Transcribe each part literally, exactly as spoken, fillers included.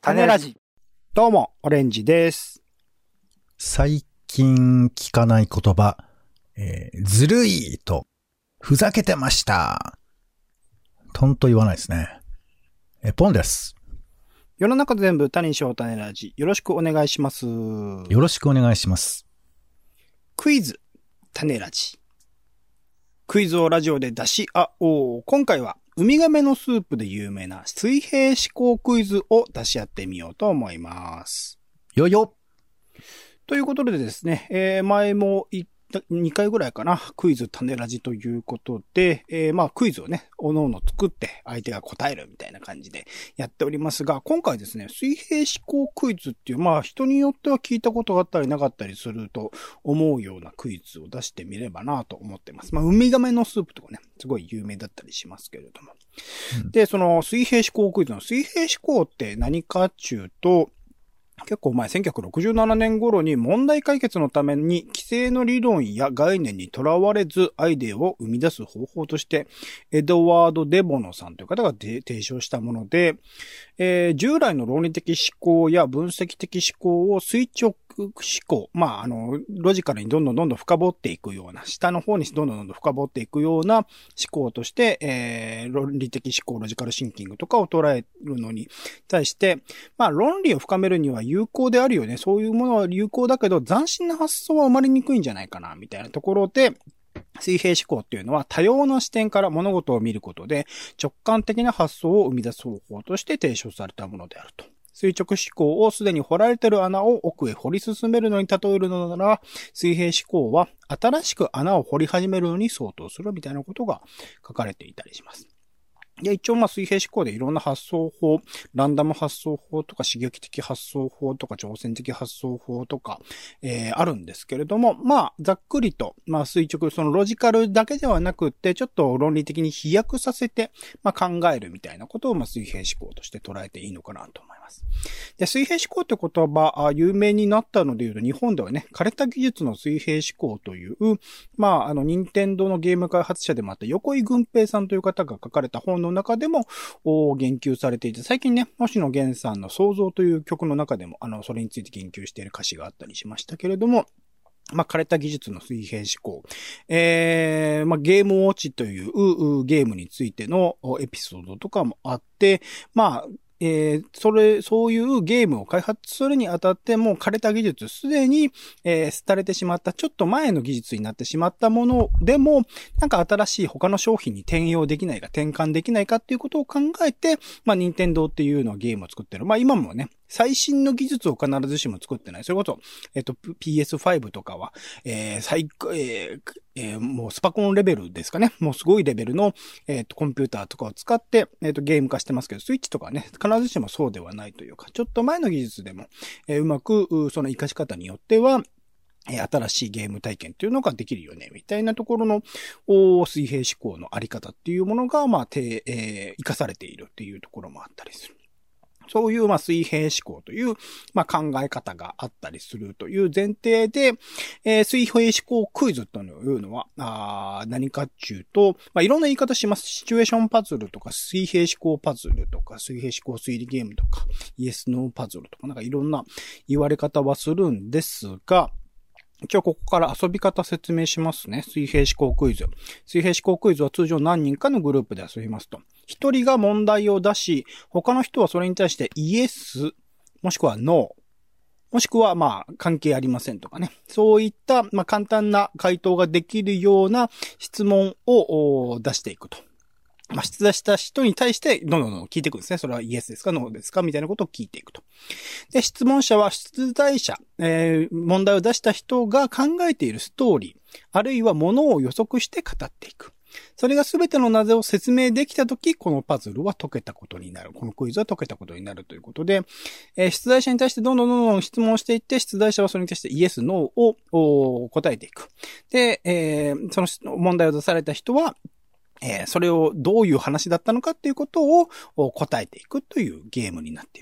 種ラジ。どうも、オレンジです。 最近聞かない言葉、えー、ずるいと、ふざけてました。とんと言わないですね。え、ポンです。 世の中全部種にしよう種ラジ。よろしくお願いします。よろしくお願いします。 クイズ、種ラジ。クイズをラジオで出し合おう。今回は、ウミガメのスープで有名な水平思考クイズを出し合ってみようと思います。 よよということでですね、えー、前も言ったにかいぐらいかな、クイズ種ラジということで、えー、まあクイズをね、おのおの作って相手が答えるみたいな感じでやっておりますが、今回ですね、水平思考クイズっていう、まあ人によっては聞いたことがあったりなかったりすると思うようなクイズを出してみればなと思ってます。まあウミガメのスープとかね、すごい有名だったりしますけれども。うん、で、その水平思考クイズの水平思考って何かっていうと、結構前、せんきゅうひゃくろくじゅうななねん頃に問題解決のために既成の理論や概念にとらわれずアイデアを生み出す方法として、エドワード・デボノさんという方が提唱したもので、えー、従来の論理的思考や分析的思考を垂直思考、まあ、あの、ロジカルにどんどんどんどん深掘っていくような、下の方にどんどんどんどん深掘っていくような思考として、えー、論理的思考、ロジカルシンキングとかを捉えるのに対して、まあ、論理を深めるには有効であるよね。そういうものは有効だけど、斬新な発想は生まれにくいんじゃないかな、みたいなところで、水平思考っていうのは多様な視点から物事を見ることで直感的な発想を生み出す方法として提唱されたものであると。垂直思考をすでに掘られている穴を奥へ掘り進めるのに例えるのなら、水平思考は新しく穴を掘り始めるのに相当するみたいなことが書かれていたりします。で、一応まあ水平思考でいろんな発想法、ランダム発想法とか刺激的発想法とか挑戦的発想法とか、えー、あるんですけれども、まあざっくりと、まあ垂直、そのロジカルだけではなくって、ちょっと論理的に飛躍させて、まあ考えるみたいなことをまあ水平思考として捉えていいのかなと思います。で、水平思考って言葉、有名になったので言うと、日本ではね、枯れた技術の水平思考という、まああの、任天堂のゲーム開発者でもあった横井軍平さんという方が書かれた本の中でも言及されていて、最近ね、星野源さんの創造という曲の中でも、あの、それについて言及している歌詞があったりしましたけれども、まあ、枯れた技術の水平思考。えー、まあ、ゲームウォッチというゲームについてのエピソードとかもあって、まあ、えー、それ、そういうゲームを開発するにあたっても枯れた技術、すでに、えー、廃れてしまった、ちょっと前の技術になってしまったものでも、なんか新しい他の商品に転用できないか、転換できないかっていうことを考えて、まあ、任天堂っていうのはゲームを作ってる。まあ、今もね、最新の技術を必ずしも作ってない。それこそ、えっと、ピーエスファイブ とかは、えー、最、えーえー、もうスパコンレベルですかね。もうすごいレベルの、えっと、コンピューターとかを使って、えっと、ゲーム化してますけど、スイッチとかはね、必ずしもそうではないというか、ちょっと前の技術でも、えー、うまく、その活かし方によっては、新しいゲーム体験っていうのができるよね、みたいなところの水平思考のあり方っていうものが、まあ、て、えー、活かされているっていうところもあったりする。そういう、まあ、水平思考という、まあ、考え方があったりするという前提で、えー、水平思考クイズというのは、あ何かっていうと、まあ、いろんな言い方します。シチュエーションパズルとか、水平思考パズルとか、水平思考推理ゲームとか、イエスノーパズルとか、なんかいろんな言われ方はするんですが、一応ここから遊び方説明しますね。水平思考クイズ。水平思考クイズは通常何人かのグループで遊びますと。一人が問題を出し、他の人はそれに対してイエス、もしくはノー、もしくはまあ関係ありませんとかね。そういったまあ簡単な回答ができるような質問を出していくと。まあ、出題した人に対して、どんどんどん聞いていくんですね。それはイエスですかノーですかみたいなことを聞いていくと。で、質問者は出題者、えー、問題を出した人が考えているストーリー、あるいはものを予測して語っていく。それが全ての謎を説明できたとき、このパズルは解けたことになる。このクイズは解けたことになるということで、えー、出題者に対してどんどんどんどん質問していって、出題者はそれに対してイエス、ノーを答えていく。で、えー、その問題を出された人は、えー、それをどういう話だったのかっていうことを答えていくというゲームになっています。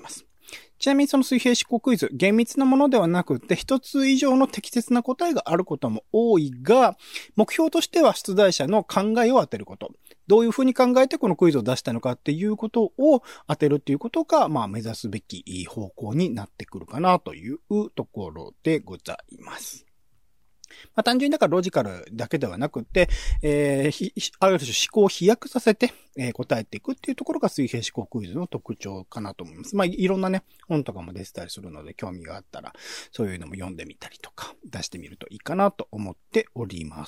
ちなみにその水平思考クイズ、厳密なものではなくて、一つ以上の適切な答えがあることも多いが、目標としては出題者の考えを当てること。どういうふうに考えてこのクイズを出したのかっていうことを当てるっていうことが、まあ目指すべき方向になってくるかなというところでございます。まあ、単純にだからロジカルだけではなくて、えー、ある種思考を飛躍させて、えー、答えていくっていうところが水平思考クイズの特徴かなと思います。まあ、いろんなね、本とかも出てたりするので、興味があったら、そういうのも読んでみたりとか、出してみるといいかなと思っております。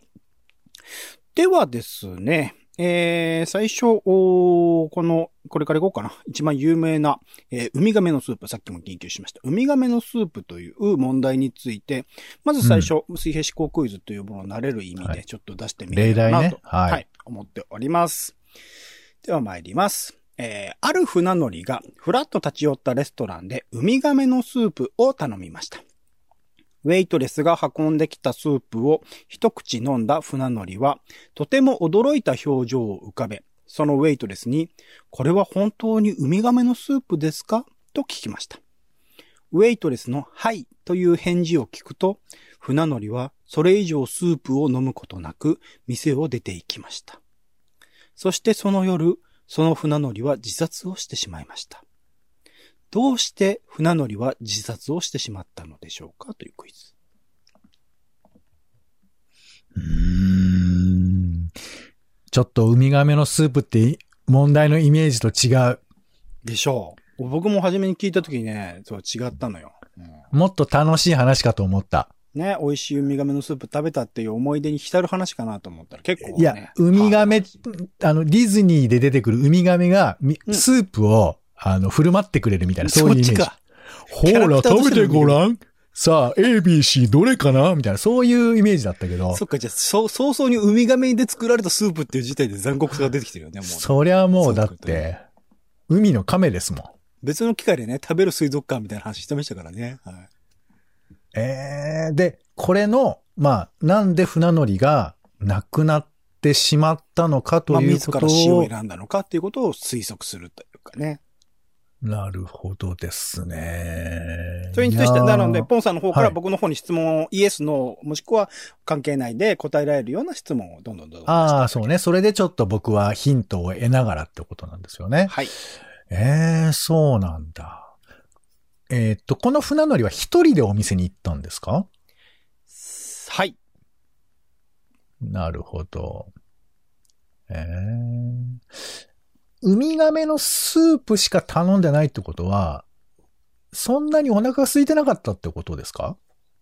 ではですね、えー、最初、この、これからいこうかな。一番有名な、えー、ウミガメのスープ、さっきも言及しました。ウミガメのスープという問題について、まず最初、うん、水平思考クイズというものを慣れる意味でちょっと出してみようかなと、はい、ねはいはい、思っております。では参ります。えー、ある船乗りがふらっと立ち寄ったレストランでウミガメのスープを頼みました。ウェイトレスが運んできたスープを一口飲んだ船乗りは、とても驚いた表情を浮かべ、そのウェイトレスに、これは本当にウミガメのスープですかと聞きました。ウェイトレスのはいという返事を聞くと、船乗りはそれ以上スープを飲むことなく、店を出て行きました。そしてその夜、その船乗りは自殺をしてしまいました。どうして船乗りは自殺をしてしまったのでしょうかというクイズ。 うーん。ちょっとウミガメのスープって問題のイメージと違う。 でしょう。僕も初めに聞いたときにね、そう違ったのよ、 うん。もっと楽しい話かと思った。 ね、美味しいウミガメのスープ食べたっていう思い出に浸る話かなと思ったら結構ね。 いや、ウミガメ、あの、ディズニーで出てくるウミガメが、うん、スープを、あの、振る舞ってくれるみたいな、そういうイメージ。そっちか。ほら、食べてごらん。さあ、A、B、C どれかなみたいな、そういうイメージだったけど。 そっか、じゃあ、そう、早々にウミガメで作られたスープっていう時点で残酷さが出てきてるよね、もう、ね。 そりゃもう、だって、海の亀ですもん。 別の機会でね、食べる水族館みたいな話してましたからね。はい。 えー、で、これの、まあ、なんで船乗りが亡くなってしまったのかということを。まあ、自ら死を選んだのかっていうことを推測するというかね。 なるほどですね。 それについて、なので、ポンさんの方から僕の方に質問を、はい、イエス、ノー、もしくは関係ないで答えられるような質問をどんどんどんどん。 ああ、そうね。それでちょっと僕はヒントを得ながらってことなんですよね。 はい。 ええー、そうなんだ。えー、っと、この船乗りは一人でお店に行ったんですか？ はい。 なるほど。ええー。ウミガメのスープしか頼んでないってことは、そんなにお腹が空いてなかったってことですか？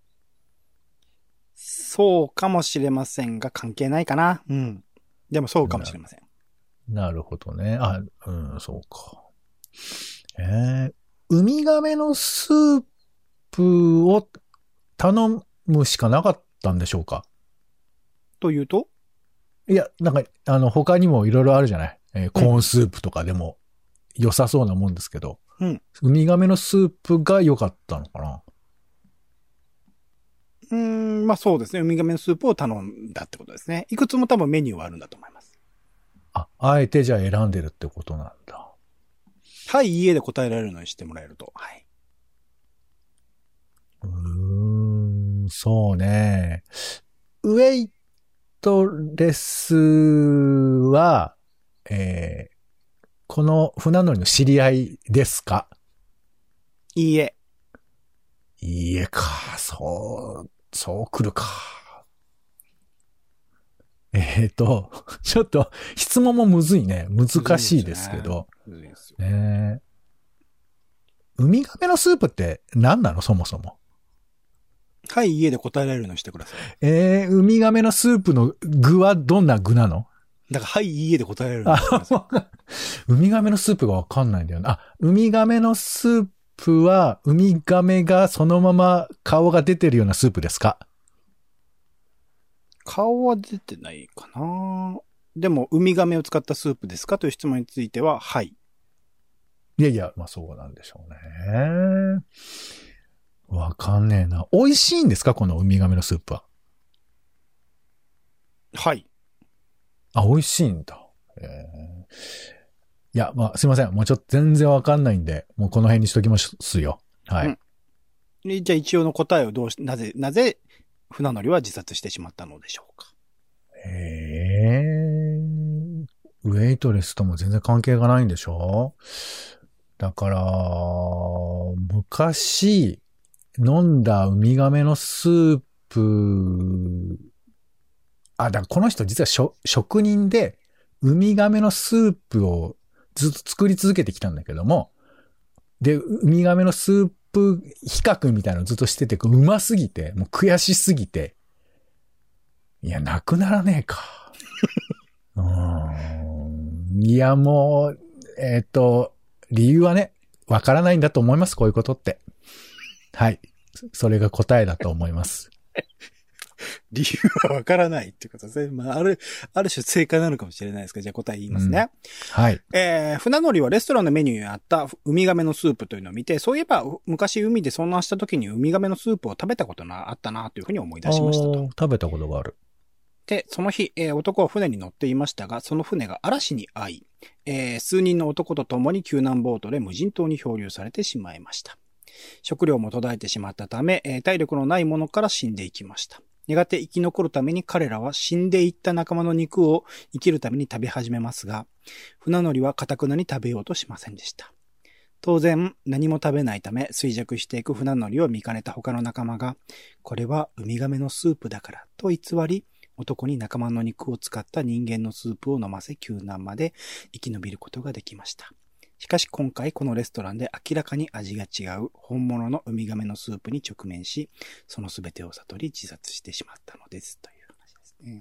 そうかもしれませんが、関係ないかな。うん。でもそうかもしれません。 な、なるほどね。あ、うん、そうか。えー、ウミガメのスープを頼むしかなかったんでしょうか？というと？ いや、なんか、あの、他にもいろいろあるじゃない。えー、コーンスープとかでも良さそうなもんですけど、 うん、 ウミガメのスープが良かったのかな？ うーん、まあそうですね。ウミガメのスープを頼んだってことですね。いくつも多分メニューはあるんだと思います。 あ、あえてじゃあ選んでるってことなんだ。 はい、家で答えられるのにしてもらえると。はい。 うーん、そうね。ウェイトレスは、えー、この船乗りの知り合いですか？ いいえ。 いいえか。そう、そう来るか。えっと、ちょっと質問もむずいね。難しいですけど。 むずいですよ。 ね。ウミガメのスープって何なのそもそも。 はい、家で答えられるのにしてください。 えー、ウミガメのスープの具はどんな具なの？ だから、はい、家で答えられるのにしてください。 ウミガメのスープがわかんないんだよな。あ、ウミガメのスープは、ウミガメがそのまま顔が出てるようなスープですか？ 顔は出てないかな。でも、ウミガメを使ったスープですかという質問については、はい。 いやいや、まあそうなんでしょうね。わかんねえな。美味しいんですかこのウミガメのスープは。 はい。 あ、美味しいんだ。えー、 いや、まあ、すいません。もうちょっと全然わかんないんで、もうこの辺にしときますよ。はい。 うんでじゃあ一応の答えをどうし、なぜ、なぜ、船乗りは自殺してしまったのでしょうか。 ええー、ウェイトレスとも全然関係がないんでしょ？だから、昔、飲んだウミガメのスープ、あ、だからこの人実はしょ職人で、ウミガメのスープをずっと作り続けてきたんだけども、で、ウミガメのスープ比較みたいなのをずっとしてて、うますぎて、もう悔しすぎて、いや、なくならねえか。うーん。いや、もう、えっと、理由はね、わからないんだと思います、こういうことって。はい。それが答えだと思います。 理由はわからないってことですね。まあ、ある、ある種正解なのかもしれないですけど、じゃあ答え言いますね。 うん、はい。 えー、船乗りはレストランのメニューにあったウミガメのスープというのを見て、そういえば昔海で遭難した時にウミガメのスープを食べたことがあったなというふうに思い出しましたと。 食べたことがある。 で、その日、えー、男は船に乗っていましたが、その船が嵐に遭い、えー、数人の男と共に救難ボートで無人島に漂流されてしまいました。食料も途絶えてしまったため、えー、体力のないものから死んでいきました。やがて生き残るために彼らは死んでいった仲間の肉を生きるために食べ始めますが、船乗りは堅くなに食べようとしませんでした。当然、何も食べないため衰弱していく船乗りを見かねた他の仲間が、これはウミガメのスープだからと偽り、男に仲間の肉を使った人間のスープを飲ませ救難まで生き延びることができました。しかし今回このレストランで明らかに味が違う本物のウミガメのスープに直面し、その全てを悟り自殺してしまったのですという話ですね。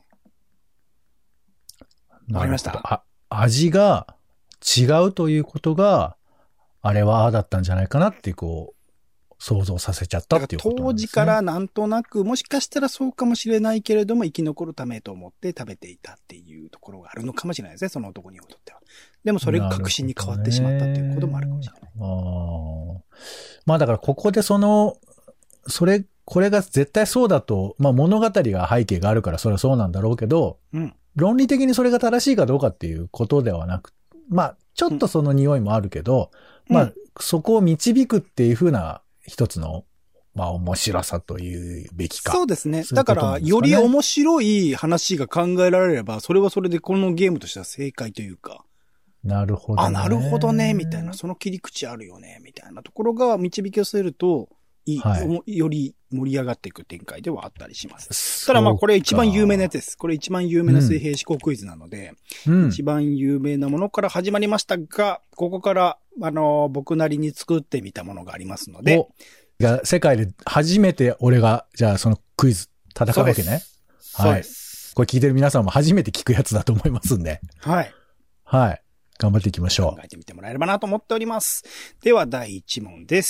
わかりました。 あ、味が違うということが、あれはああだったんじゃないかなってこう、想像させちゃったっていうことなんですね。 当時からなんとなく、もしかしたらそうかもしれないけれども、生き残るためと思って食べていたっていうところがあるのかもしれないですね、その男にとっては。でもそれが確信に変わってしまったっていうこともあるかもしれない。 ああ。まあだからここでその、それ、これが絶対そうだと、まあ物語が背景があるからそれはそうなんだろうけど、 うん、 論理的にそれが正しいかどうかっていうことではなく、まあちょっとその匂いもあるけど、うん、まあそこを導くっていうふうな一つの、まあ面白さというべきか。 そうですね。だから、より面白い話が考えられれば、それはそれでこのゲームとしては正解というか。 なるほどね。 あ、なるほどね、みたいな。その切り口あるよね、みたいなところが導き寄せると、いい、はい、より盛り上がっていく展開ではあったりします。ただまあこれ一番有名なやつです。これ一番有名な水平思考クイズなので、うん、一番有名なものから始まりましたが、ここから、あの、僕なりに作ってみたものがありますので、 世界で初めて俺が、じゃあそのクイズ戦うわけね。はい。これ聞いてる皆さんも初めて聞くやつだと思いますんで。 はい。 はい。頑張っていきましょう。 考えてみてもらえればなと思っております。では第一問です。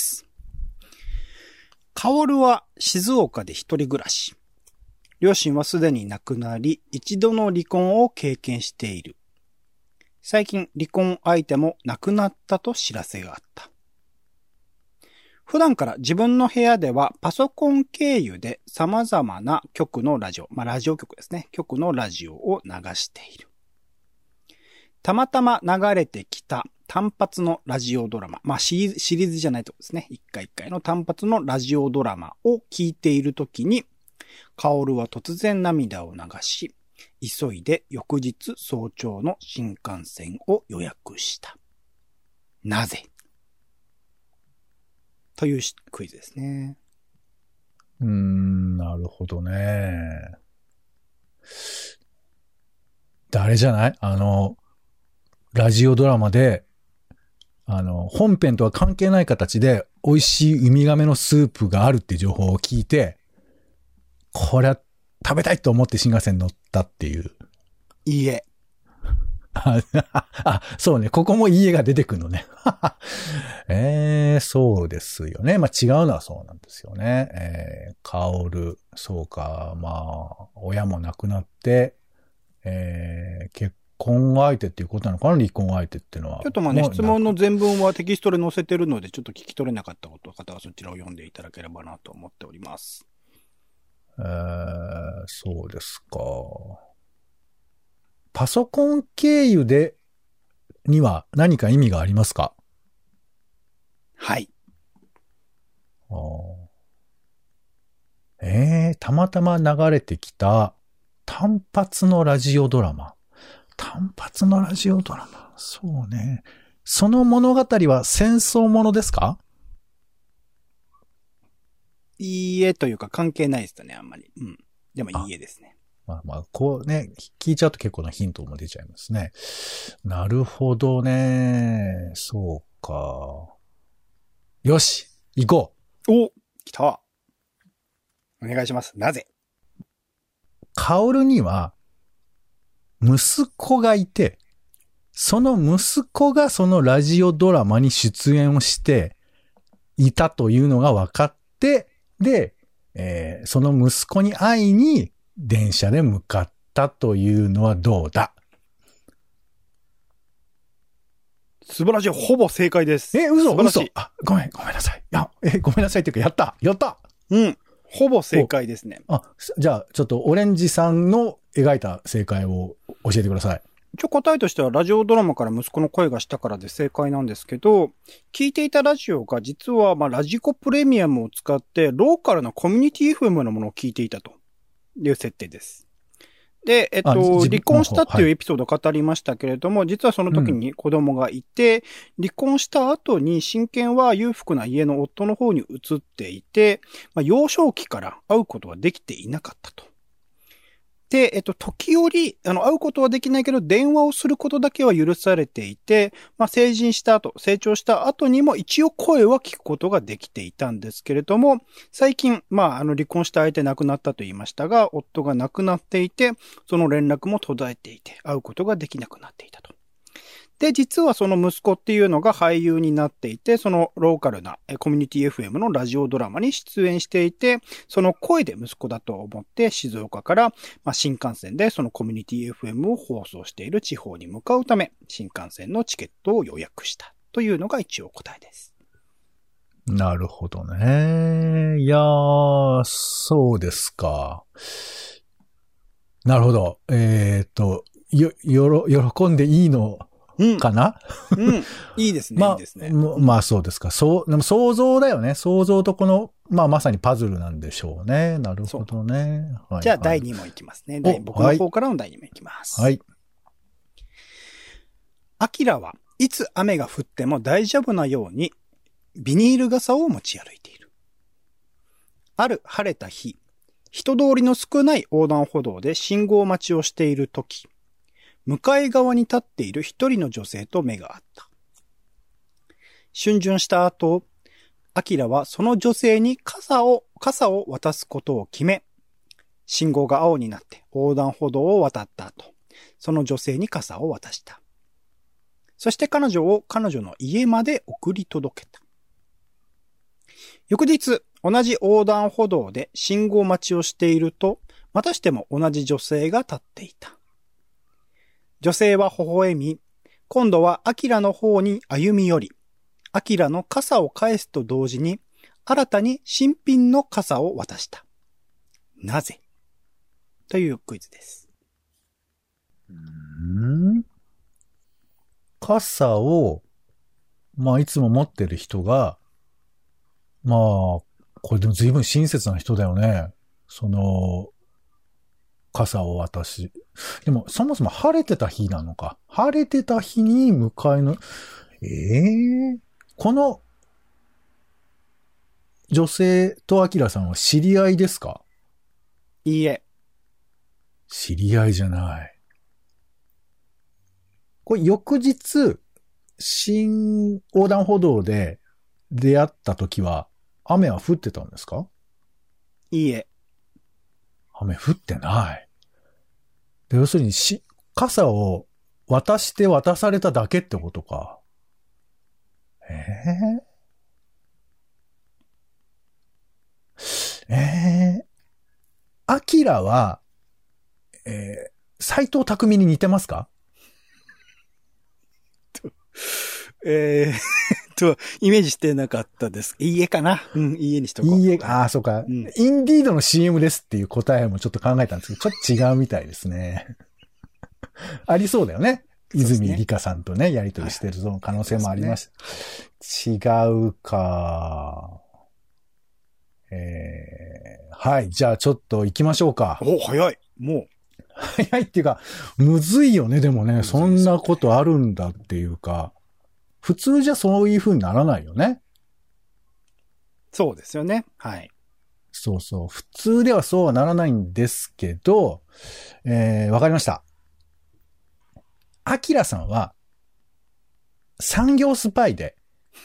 薫は静岡で一人暮らし。両親はすでに亡くなり、一度の離婚を経験している。最近離婚相手も亡くなったと知らせがあった。普段から自分の部屋ではパソコン経由で様々な局のラジオ、まあラジオ局ですね。局のラジオを流している。たまたま流れてきた単発のラジオドラマ、まあシリーズ、シリーズじゃないとこですね。一回一回の単発のラジオドラマを聞いているときに、薫は突然涙を流し、急いで翌日早朝の新幹線を予約した。なぜ？というクイズですね。 うーん、なるほどね。誰じゃない？あの、ラジオドラマで、あの、本編とは関係ない形で美味しいウミガメのスープがあるっていう情報を聞いて、これは食べたいと思って新幹線に乗ったっていう。 いいえ。 あ、そうね。ここも家が出てくるのね。ええー、そうですよね。まあ違うのはそうなんですよね。えー、薫、そうか。まあ、親も亡くなって、えー、結婚相手っていうことなのかな、離婚相手っていうのは。 ちょっとまあね、質問の全文はテキストで載せてるので、ちょっと聞き取れなかったこと方はそちらを読んでいただければなと思っております。 えー、そうですか。パソコン経由でには何か意味がありますか？ はい。 えー、たまたま流れてきた単発のラジオドラマ。単発のラジオドラマ。そうね。その物語は戦争ものですか？ いいえというか関係ないですね、あんまり。うん。でもいいえですね。 まあまあ、こうね、聞いちゃうと結構なヒントも出ちゃいますね。なるほどね。そうか。よし、行こう。お、来た。お願いします。なぜ？ カオルには、息子がいて、その息子がそのラジオドラマに出演をしていたというのが分かって、で、えー、その息子に会いに電車で向かったというのはどうだ？ 素晴らしい。ほぼ正解です。 え、嘘嘘あ、ごめん、ごめんなさい。いや、え、ごめんなさいっていうか、やったやったうん。ほぼ正解ですね。 あ、じゃあ、ちょっとオレンジさんの描いた正解を教えてください。 一応答えとしてはラジオドラマから息子の声がしたからで正解なんですけど、聞いていたラジオが実はまあラジコプレミアムを使ってローカルなコミュニティ エフエム のものを聞いていたという設定です。で、えっと、離婚したっていうエピソードを語りましたけれども、はい、実はその時に子供がいて、うん、離婚した後に親権は裕福な家の夫の方に移っていて、まあ、幼少期から会うことはできていなかったと。で、えっと、時折、あの、会うことはできないけど、電話をすることだけは許されていて、まあ、成人した後、成長した後にも一応声は聞くことができていたんですけれども、最近、まあ、あの、離婚した相手亡くなったと言いましたが、夫が亡くなっていて、その連絡も途絶えていて、会うことができなくなっていたと。で、実はその息子っていうのが俳優になっていて、そのローカルなコミュニティ エフエム のラジオドラマに出演していて、その声で息子だと思って静岡から、まあ、新幹線でそのコミュニティ エフエム を放送している地方に向かうため、新幹線のチケットを予約したというのが一応答えです。 なるほどね。いやー、そうですか。なるほど。えっと、よ、よろ、喜んでいいのかな、 うん、うん。いいですね。 まあ、 いいですね。 まあそうですか。そう、でも想像だよね。想像とこの、まあまさにパズルなんでしょうね。なるほどね。はい、 じゃあだいに問いきますね。僕の方からのだいに問いきます。はい。アキラはいつ雨が降っても大丈夫なようにビニール傘を持ち歩いている。ある晴れた日、人通りの少ない横断歩道で信号待ちをしているとき、向かい側に立っている一人の女性と目が合った。逡巡した後、アキラはその女性に傘を、傘を渡すことを決め、信号が青になって横断歩道を渡った後、その女性に傘を渡した。そして彼女を彼女の家まで送り届けた。翌日、同じ横断歩道で信号待ちをしていると、またしても同じ女性が立っていた。女性は微笑み、今度はアキラの方に歩み寄り、アキラの傘を返すと同時に、新たに新品の傘を渡した。なぜ？というクイズです。 うーん傘を、まあいつも持ってる人が、まあ、これでも随分親切な人だよね。その、傘を渡し。でも、そもそも晴れてた日なのか。晴れてた日に迎えの、ええー、この、女性とアキラさんは知り合いですか？ いいえ。 知り合いじゃない。これ翌日、新横断歩道で出会った時は、雨は降ってたんですか？ いいえ。 雨降ってない。で要するにし、傘を渡して渡されただけってことか。ええー、ええー、アキラは、えー、斎藤匠に似てますか？ えー、と、イメージしてなかったです。いいえかな。うん、いいえにしとこう。 いいえ、ああ、そうか、うん。インディードの シーエム ですっていう答えもちょっと考えたんですけど、ちょっと違うみたいですね。ありそうだよね。 泉里香さんとね、やりとりしてるその可能性もありました。はい、違うか。えー、はい。じゃあちょっと行きましょうか。 お、早い。もう。 早いっていうか、むずいよね。でもね、そんなことあるんだっていうか、普通じゃそういう風にならないよね。 そうですよね。はい。 そうそう。普通ではそうはならないんですけど、えー、わかりました。アキラさんは、産業スパイで、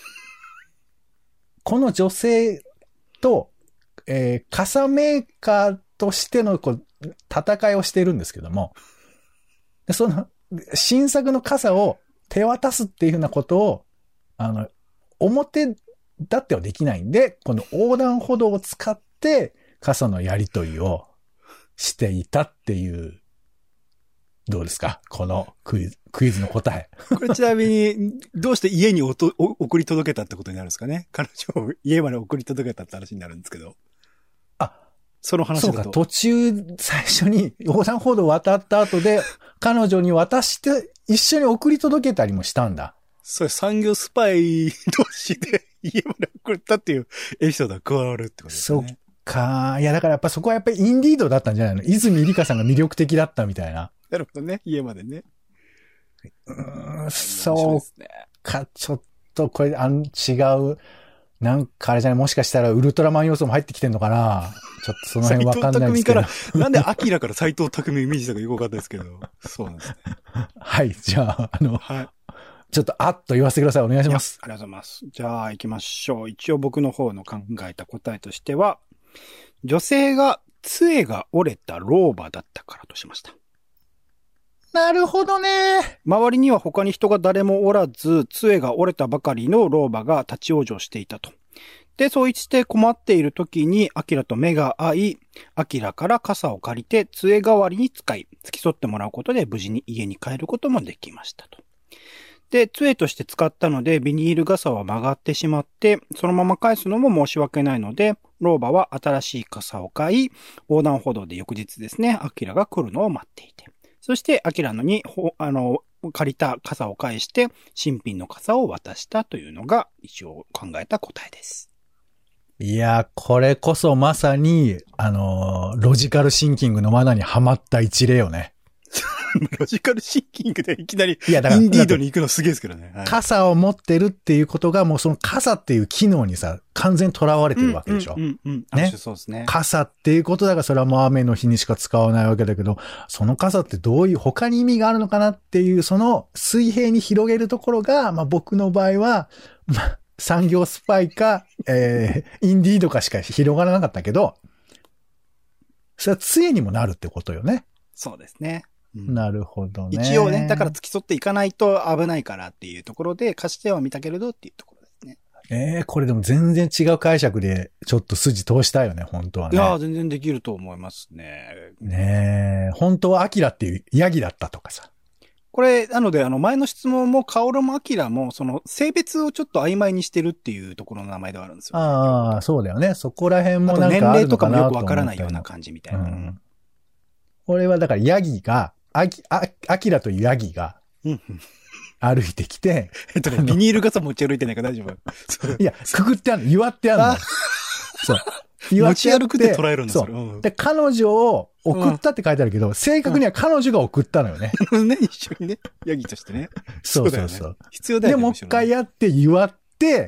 この女性と、えー、傘メーカーとしてのこう戦いをしているんですけども、その、新作の傘を手渡すっていうふうなことを、あの、表立ってはできないんで、この横断歩道を使って傘のやり取りをしていたっていう、どうですかこのクイズ、クイズの答え。 これちなみに、どうして家におとお送り届けたってことになるんですかね。彼女を家まで送り届けたって話になるんですけど。 あ、 その話だと。 そうか、途中、最初に横断歩道を渡った後で、彼女に渡して、一緒に送り届けたりもしたんだ。 それ産業スパイ同士で家まで送ったっていうエピソードが加わるってことですね。 そっか。いや、だからやっぱそこはやっぱりインディードだったんじゃないの？泉里香さんが魅力的だったみたいな。 なるほどね。家までね。 うーん、そうか。ちょっとこれ、あの、違う。なんかあれじゃない、もしかしたらウルトラマン要素も入ってきてんのかな。ちょっとその辺わかんないですけど。 斎藤匠から、なんでアキラから斎藤匠をイメージしたかよくわかんないですけど。そうなんですね。 はい。じゃあ、あの、 はい。 ちょっとあっと言わせてください。お願いします。 ありがとうございます。じゃあ行きましょう。一応僕の方の考えた答えとしては、女性が杖が折れた老婆だったからとしました。 なるほどね。 周りには他に人が誰もおらず、杖が折れたばかりの老婆が立ち往生していたと。で、そうして困っている時に、アキラと目が合い、アキラから傘を借りて杖代わりに使い、付き添ってもらうことで無事に家に帰ることもできましたと。で、杖として使ったので、ビニール傘は曲がってしまって、そのまま返すのも申し訳ないので、老婆は新しい傘を買い、横断歩道で翌日ですね、アキラが来るのを待っていて。そして、アキラのに、あの、借りた傘を返して、新品の傘を渡したというのが、一応考えた答えです。 いや、これこそまさに、あの、ロジカルシンキングの罠にはまった一例よね。 ロジカルシンキングでいきなり、 いやだからインディードに行くのすげえですけどね。はい、 傘を持ってるっていうことが、もうその傘っていう機能にさ、完全に囚われてるわけでしょ。 うんうんうん、 ね。 そうですね。 傘っていうことだから、それはもう雨の日にしか使わないわけだけど、その傘ってどういう、他に意味があるのかなっていう、その水平に広げるところが、まあ僕の場合は、まあ、産業スパイか、えー、インディードかしか広がらなかったけど、それは杖にもなるってことよね。 そうですね。 うん、なるほどね。 一応ね、だから付き添っていかないと危ないからっていうところで、貸してはみたけれどっていうところですね。 ええー、これでも全然違う解釈で、ちょっと筋通したいよね、本当はね。 いやー、全然できると思いますね。 ねえ、本当はアキラっていうヤギだったとかさ。 これ、なので、あの、前の質問も、カオルもアキラも、その、性別をちょっと曖昧にしてるっていうところの名前ではあるんですよ、ね。 ああ、そうだよね。そこら辺もなんかあるのかなと思った。 年齢とかもよくわからないような感じみたいな。うん、 これはだからヤギが、アキ、ア、アキラというヤギが、歩いてきて、 えっとね、ビニール傘持ち歩いてないから大丈夫。 いや、くくってあるの、祝ってあるの。そう。 持ち歩くって捉えるんですよ。 そう。で、彼女を送ったって書いてあるけど、うん、正確には彼女が送ったのよね。 ね、一緒にね、ヤギとしてね。 そうそうそう。 ね、必要だよね。 で、もう一回やって祝って、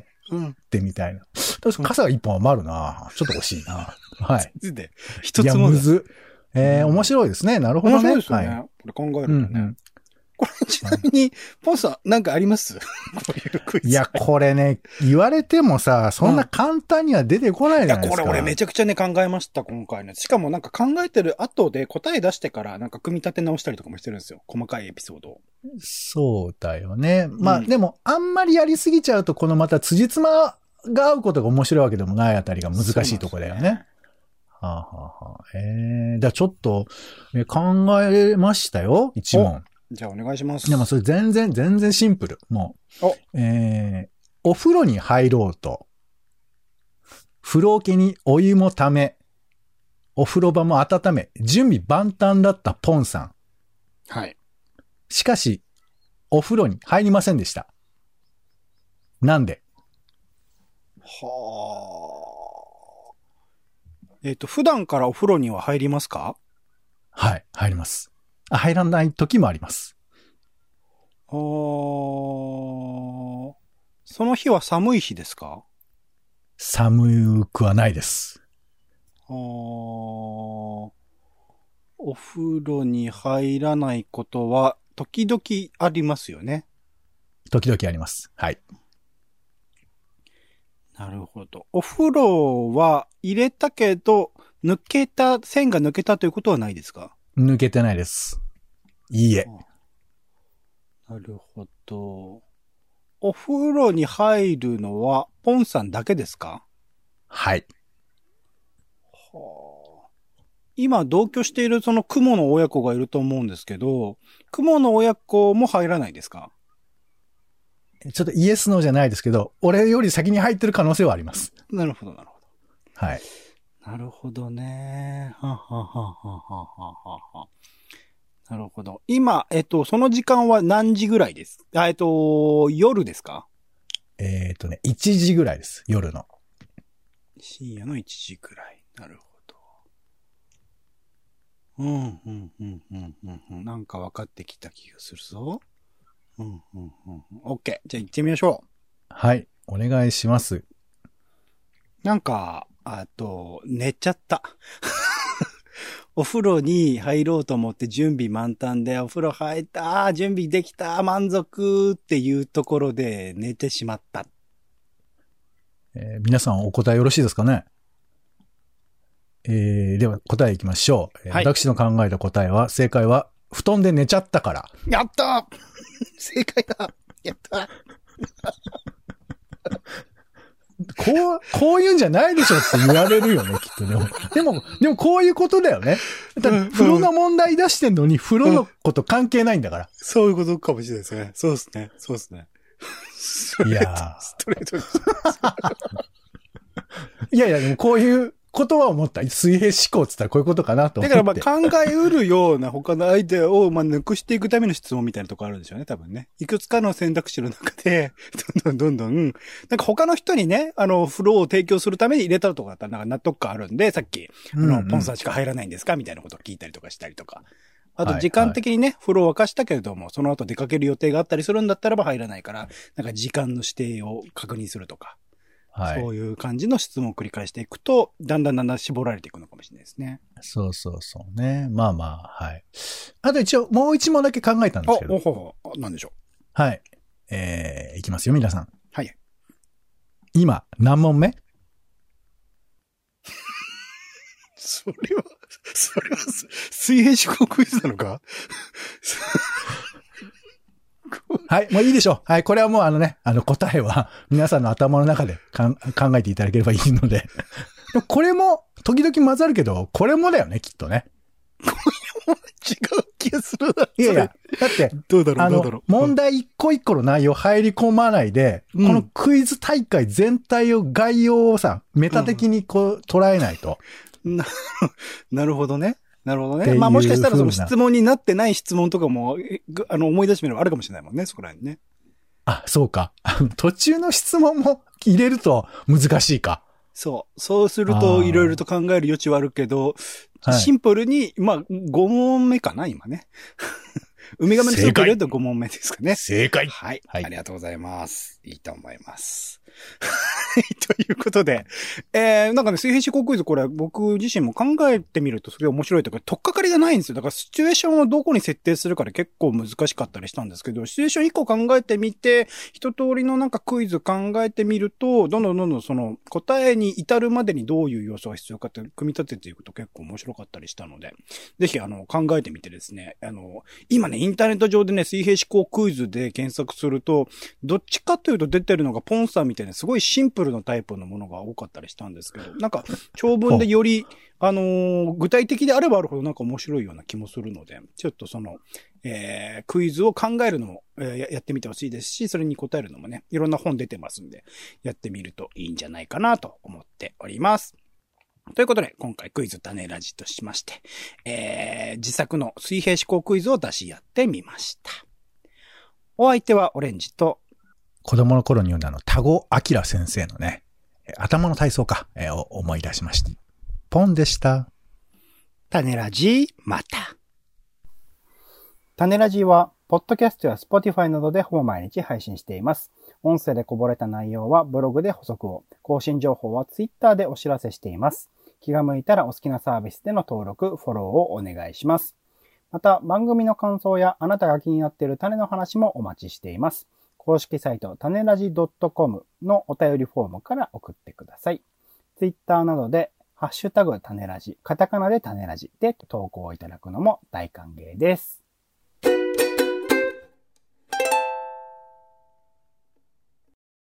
うん。 ってみたいな。傘が一本余るな。ちょっと欲しいな。はい。 で、一つも。 いや、むず。えー、面白いですね。なるほどね。 面白いですよね。はい、これ考えるとね。うんうん、これちなみに、ポンさん、なんかありますこういうクイズ。 いや、これね、言われてもさ、そんな簡単には出てこないじゃないですか。 うん、いや、これ俺めちゃくちゃね、考えました、今回ね。しかもなんか考えてる後で答え出してから、なんか組み立て直したりとかもしてるんですよ。細かいエピソードを。 そうだよね。まあ、うん、でも、あんまりやりすぎちゃうと、このまた辻褄が合うことが面白いわけでもないあたりが難しいところだよね。はあ、はあはあ、えー、じゃあちょっと、え考えましたよ、一問。 じゃあお願いします。 でもそれ全然、全然シンプル。もう、お,、えー、お風呂に入ろうと、風呂桶にお湯もため、お風呂場も温め、準備万端だったポンさん。 はい。 しかし、 お風呂に入りませんでした。なんで？ はあ。えっと、普段からお風呂には入りますか？ はい、入ります。あ、入らない時もあります。 あー、その日は寒い日ですか？ 寒くはないです。 あー、お風呂に入らないことは時々ありますよね。 時々あります。はい。 なるほど。お風呂は入れたけど、抜けた、線が抜けたということはないですか？ 抜けてないです。いいえ。 なるほど。お風呂に入るのは、ポンさんだけですか？ はい。 はあ、今同居しているその雲の親子がいると思うんですけど、雲の親子も入らないですか？ ちょっとイエスノーじゃないですけど、俺より先に入ってる可能性はあります。 なるほど、なるほど。 はい。 なるほどね。ははははははは。なるほど。今、えっと、その時間は何時ぐらいです？あ、えっと、夜ですか？ えっとね、いちじぐらいです。夜の。 深夜のいちじぐらい。なるほど。うん、うん、うん、うん、うんうん。なんか分かってきた気がするぞ。うん、うん、うん。オッケー。じゃあ行ってみましょう。 はい。お願いします。 なんか、あと、寝ちゃった。お風呂に入ろうと思って準備満タンで、お風呂入った、準備できた、満足っていうところで寝てしまった。 えー、皆さんお答えよろしいですかね？えー、では答えいきましょう。はい、私の考えた答えは、正解は、布団で寝ちゃったから。 やった正解だやったこう、こういうんじゃないでしょって言われるよね、きっとね。でも、でもこういうことだよね。だって風呂の問題出してんのに、風呂のこと関係ないんだから。 そういうことかもしれないですね。そうですね。そうですね。 いやストレートです。 いやいや、でもこういうことは思った。水平思考って言ったらこういうことかなと思って。 だからまあ考えうるような他のアイデアをまあ抜くしていくための質問みたいなところあるんでしょうね、多分ね。いくつかの選択肢の中で、どんどんどんどん、なんか他の人にね、あの、フローを提供するために入れたとかだったらなんか納得感あるんで、さっき、あの、うんうん、ポンさんしか入らないんですかみたいなことを聞いたりとかしたりとか。あと時間的にね、はいはい、風呂を沸かしたけれども、その後出かける予定があったりするんだったらば入らないから、なんか時間の指定を確認するとか。はい、そういう感じの質問を繰り返していくと、だんだんだんだん絞られていくのかもしれないですね。 そうそうそうね。まあまあ、はい。あと一応、もう一問だけ考えたんですけど。 お、ほほ、なんでしょう。 はい。えー、いきますよ、皆さん。 はい。 今、何問目？ それは、それは、水平思考クイズなのか？ はい、もういいでしょう。はい、これはもうあのね、あの答えは皆さんの頭の中でかん考えていただければいいので。これも時々混ざるけど、これもだよね、きっとね。 これも違う気がするな。 いやいや、だって、 どうだろう、どうだろう。 問題一個一個の内容入り込まないで、うん、このクイズ大会全体を、概要をさ、メタ的にこう捉えないと。 な、なるほどね。なるほどね。まあもしかしたらその質問になってない質問とかも、あの思い出してみればあるかもしれないもんね、そこら辺ね。 あ、そうか。途中の質問も入れると難しいか。 そう。そうするといろいろと考える余地はあるけど、シンプルに、まあご問目かな、今ね。ウミガメの人くれるとご問目ですかね。 正解。 はい。はい。ありがとうございます。いいと思います。ということで、えー、なんかね、水平思考クイズこれ僕自身も考えてみるとそれ面白いというか、とっかかりがないんですよ。だからシチュエーションをどこに設定するかで結構難しかったりしたんですけど、シチュエーションいっこ考えてみて、一通りのなんかクイズ考えてみると、どんどんどんどんその答えに至るまでにどういう要素が必要かって組み立てていくと結構面白かったりしたので、ぜひあの考えてみてですね、あの、今ね、インターネット上でね、水平思考クイズで検索すると、どっちかというと出てるのがポンさんみたいなすごいシンプルなタイプのものが多かったりしたんですけど、なんか長文でより、あのー、具体的であればあるほどなんか面白いような気もするので、ちょっとその、えー、クイズを考えるのも、えー、やってみてほしいですし、それに答えるのもね、いろんな本出てますんで、やってみるといいんじゃないかなと思っております。ということで、今回クイズ種ラジとしまして、えー、自作の水平思考クイズを出し合ってみました。 お相手はオレンジと、 子供の頃に読んだあの、田子明先生のね、頭の体操か、えー、を思い出しました。ポンでした。 種ラジまた。種ラジは、ポッドキャストや Spotify などでほぼ毎日配信しています。音声でこぼれた内容はブログで補足を、更新情報は Twitter でお知らせしています。気が向いたらお好きなサービスでの登録、フォローをお願いします。また、番組の感想やあなたが気になっている種の話もお待ちしています。公式サイト、種ラジ .com のお便りフォームから送ってください。Twitter などで、ハッシュタグ種ラジ、カタカナで種ラジで投稿いただくのも大歓迎です。